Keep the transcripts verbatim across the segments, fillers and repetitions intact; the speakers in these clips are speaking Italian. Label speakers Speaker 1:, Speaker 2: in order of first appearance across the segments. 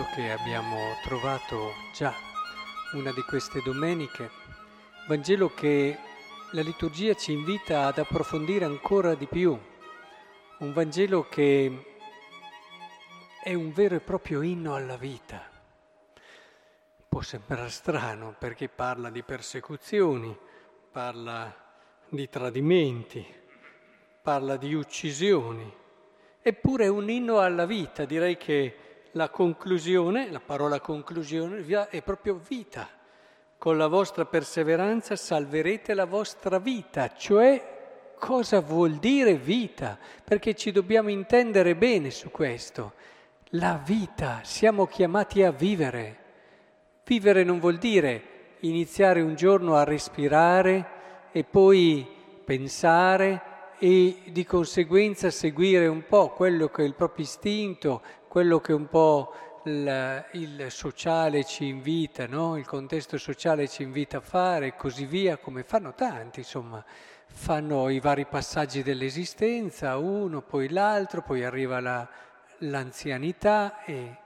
Speaker 1: Vangelo che abbiamo trovato già una di queste domeniche, Vangelo che la liturgia ci invita ad approfondire ancora di più, un Vangelo che è un vero e proprio inno alla vita. Può sembrare strano perché parla di persecuzioni, parla di tradimenti, parla di uccisioni, eppure è un inno alla vita. Direi che la conclusione, la parola conclusione, è proprio vita. Con la vostra perseveranza salverete la vostra vita, cioè cosa vuol dire vita? Perché ci dobbiamo intendere bene su questo. La vita, siamo chiamati a vivere. Vivere non vuol dire iniziare un giorno a respirare e poi pensare e di conseguenza seguire un po' quello che è il proprio istinto, quello che un po' il, il sociale ci invita, no? Il contesto sociale ci invita a fare e così via, come fanno tanti, insomma. Fanno i vari passaggi dell'esistenza, uno, poi l'altro, poi arriva la, l'anzianità e...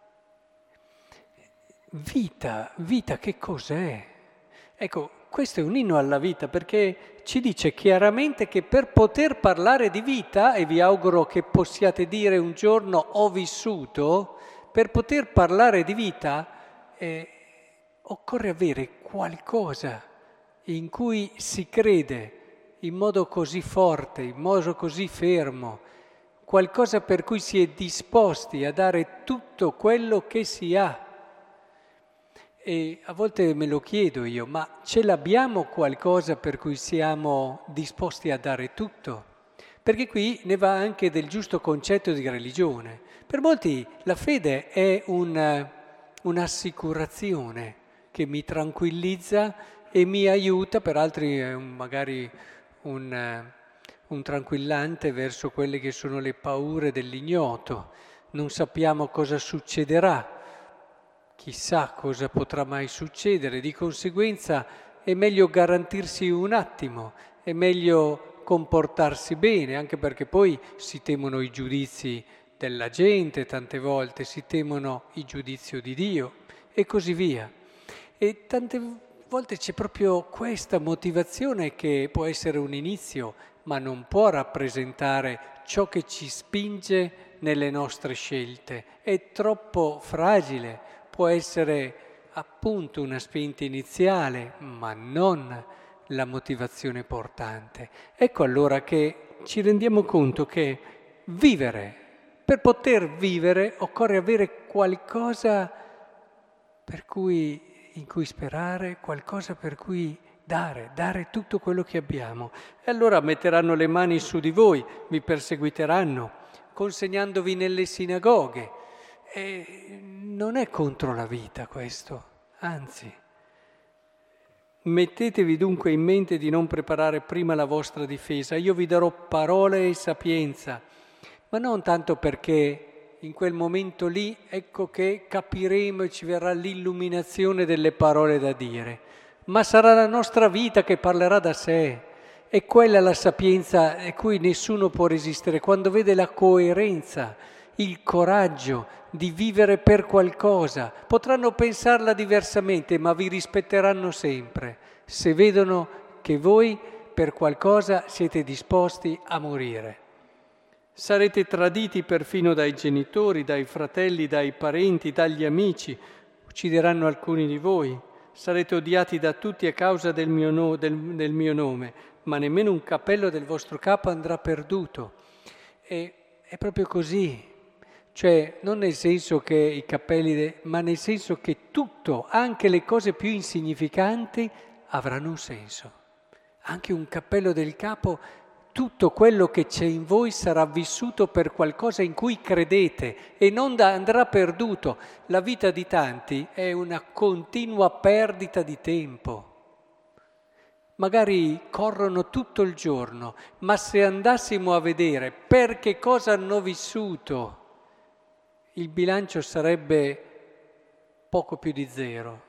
Speaker 1: Vita, vita che cos'è? Ecco, questo è un inno alla vita perché ci dice chiaramente che per poter parlare di vita, e vi auguro che possiate dire un giorno ho vissuto, per poter parlare di vita eh, occorre avere qualcosa in cui si crede in modo così forte, in modo così fermo, qualcosa per cui si è disposti a dare tutto quello che si ha. E a volte me lo chiedo io, ma ce l'abbiamo qualcosa per cui siamo disposti a dare tutto? Perché qui ne va anche del giusto concetto di religione. Per molti la fede è un, un'assicurazione che mi tranquillizza e mi aiuta, per altri è un, magari un, un tranquillante verso quelle che sono le paure dell'ignoto. Non sappiamo cosa succederà. Chissà cosa potrà mai succedere, di conseguenza è meglio garantirsi un attimo, è meglio comportarsi bene, anche perché poi si temono i giudizi della gente tante volte, si temono il giudizio di Dio e così via. E tante volte c'è proprio questa motivazione che può essere un inizio, ma non può rappresentare ciò che ci spinge nelle nostre scelte, è troppo fragile. Può essere appunto una spinta iniziale, ma non la motivazione portante. Ecco allora che ci rendiamo conto che vivere, per poter vivere occorre avere qualcosa per cui, in cui sperare, qualcosa per cui dare, dare tutto quello che abbiamo. E allora metteranno le mani su di voi, vi perseguiteranno, consegnandovi nelle sinagoghe. E non è contro la vita questo, anzi. Mettetevi dunque in mente di non preparare prima la vostra difesa. Io vi darò parole e sapienza, ma non tanto perché in quel momento lì ecco che capiremo e ci verrà l'illuminazione delle parole da dire, ma sarà la nostra vita che parlerà da sé. E quella è la sapienza a cui nessuno può resistere, quando vede la coerenza, il coraggio di vivere per qualcosa. Potranno pensarla diversamente, ma vi rispetteranno sempre, se vedono che voi per qualcosa siete disposti a morire. Sarete traditi perfino dai genitori, dai fratelli, dai parenti, dagli amici. Uccideranno alcuni di voi. Sarete odiati da tutti a causa del mio, no, del, del mio nome, ma nemmeno un cappello del vostro capo andrà perduto. E è proprio così. Cioè, non nel senso che i cappelli, de... ma nel senso che tutto, anche le cose più insignificanti, avranno un senso. Anche un cappello del capo, tutto quello che c'è in voi sarà vissuto per qualcosa in cui credete e non da... andrà perduto. La vita di tanti è una continua perdita di tempo. Magari corrono tutto il giorno, ma se andassimo a vedere per che cosa hanno vissuto, il bilancio sarebbe poco più di zero.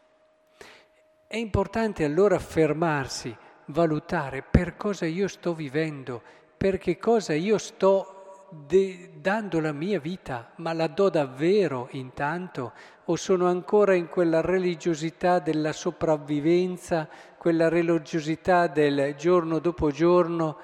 Speaker 1: È importante allora fermarsi, valutare per cosa io sto vivendo, per che cosa io sto de- dando la mia vita, ma la do davvero intanto? O sono ancora in quella religiosità della sopravvivenza, quella religiosità del giorno dopo giorno?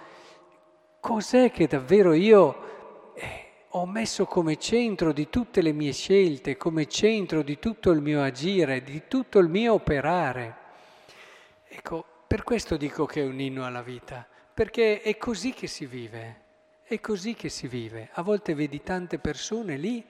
Speaker 1: Cos'è che davvero io eh, ho messo come centro di tutte le mie scelte, come centro di tutto il mio agire, di tutto il mio operare? Ecco, per questo dico che è un inno alla vita, perché è così che si vive, è così che si vive. A volte vedi tante persone lì,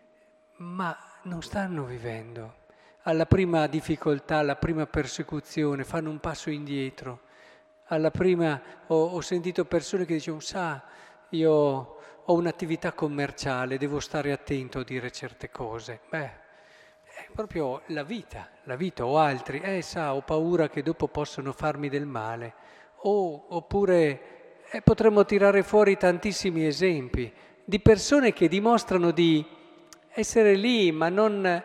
Speaker 1: ma non stanno vivendo. Alla prima difficoltà, alla prima persecuzione, fanno un passo indietro. Alla prima ho, ho sentito persone che dicevano, sa, io ho un'attività commerciale, devo stare attento a dire certe cose. Beh, è proprio la vita, la vita, o altri, eh sa, ho paura che dopo possano farmi del male. O, oppure eh, potremmo tirare fuori tantissimi esempi di persone che dimostrano di essere lì, ma non,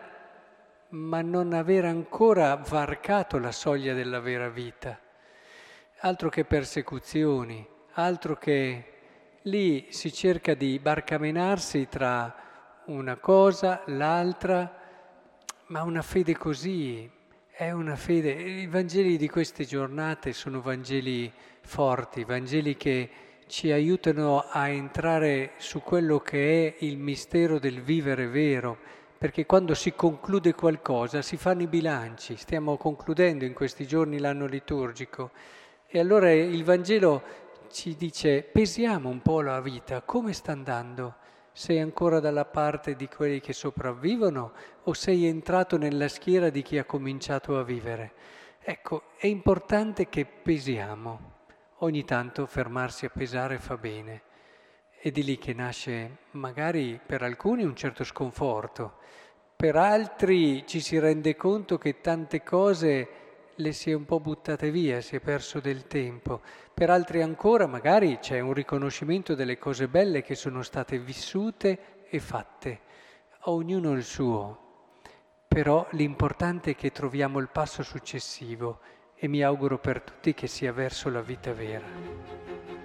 Speaker 1: ma non aver ancora varcato la soglia della vera vita. Altro che persecuzioni, altro che lì si cerca di barcamenarsi tra una cosa, l'altra, ma una fede così è una fede. I Vangeli di queste giornate sono Vangeli forti, Vangeli che ci aiutano a entrare su quello che è il mistero del vivere vero, perché quando si conclude qualcosa si fanno i bilanci, stiamo concludendo in questi giorni l'anno liturgico. E allora il Vangelo ci dice, pesiamo un po' la vita, come sta andando? Sei ancora dalla parte di quelli che sopravvivono o sei entrato nella schiera di chi ha cominciato a vivere? Ecco, è importante che pesiamo. Ogni tanto fermarsi a pesare fa bene. È di lì che nasce magari per alcuni un certo sconforto, per altri ci si rende conto che tante cose le si è un po' buttate via, si è perso del tempo. Per altri ancora magari c'è un riconoscimento delle cose belle che sono state vissute e fatte, a ognuno il suo. Però l'importante è che troviamo il passo successivo e mi auguro per tutti che sia verso la vita vera.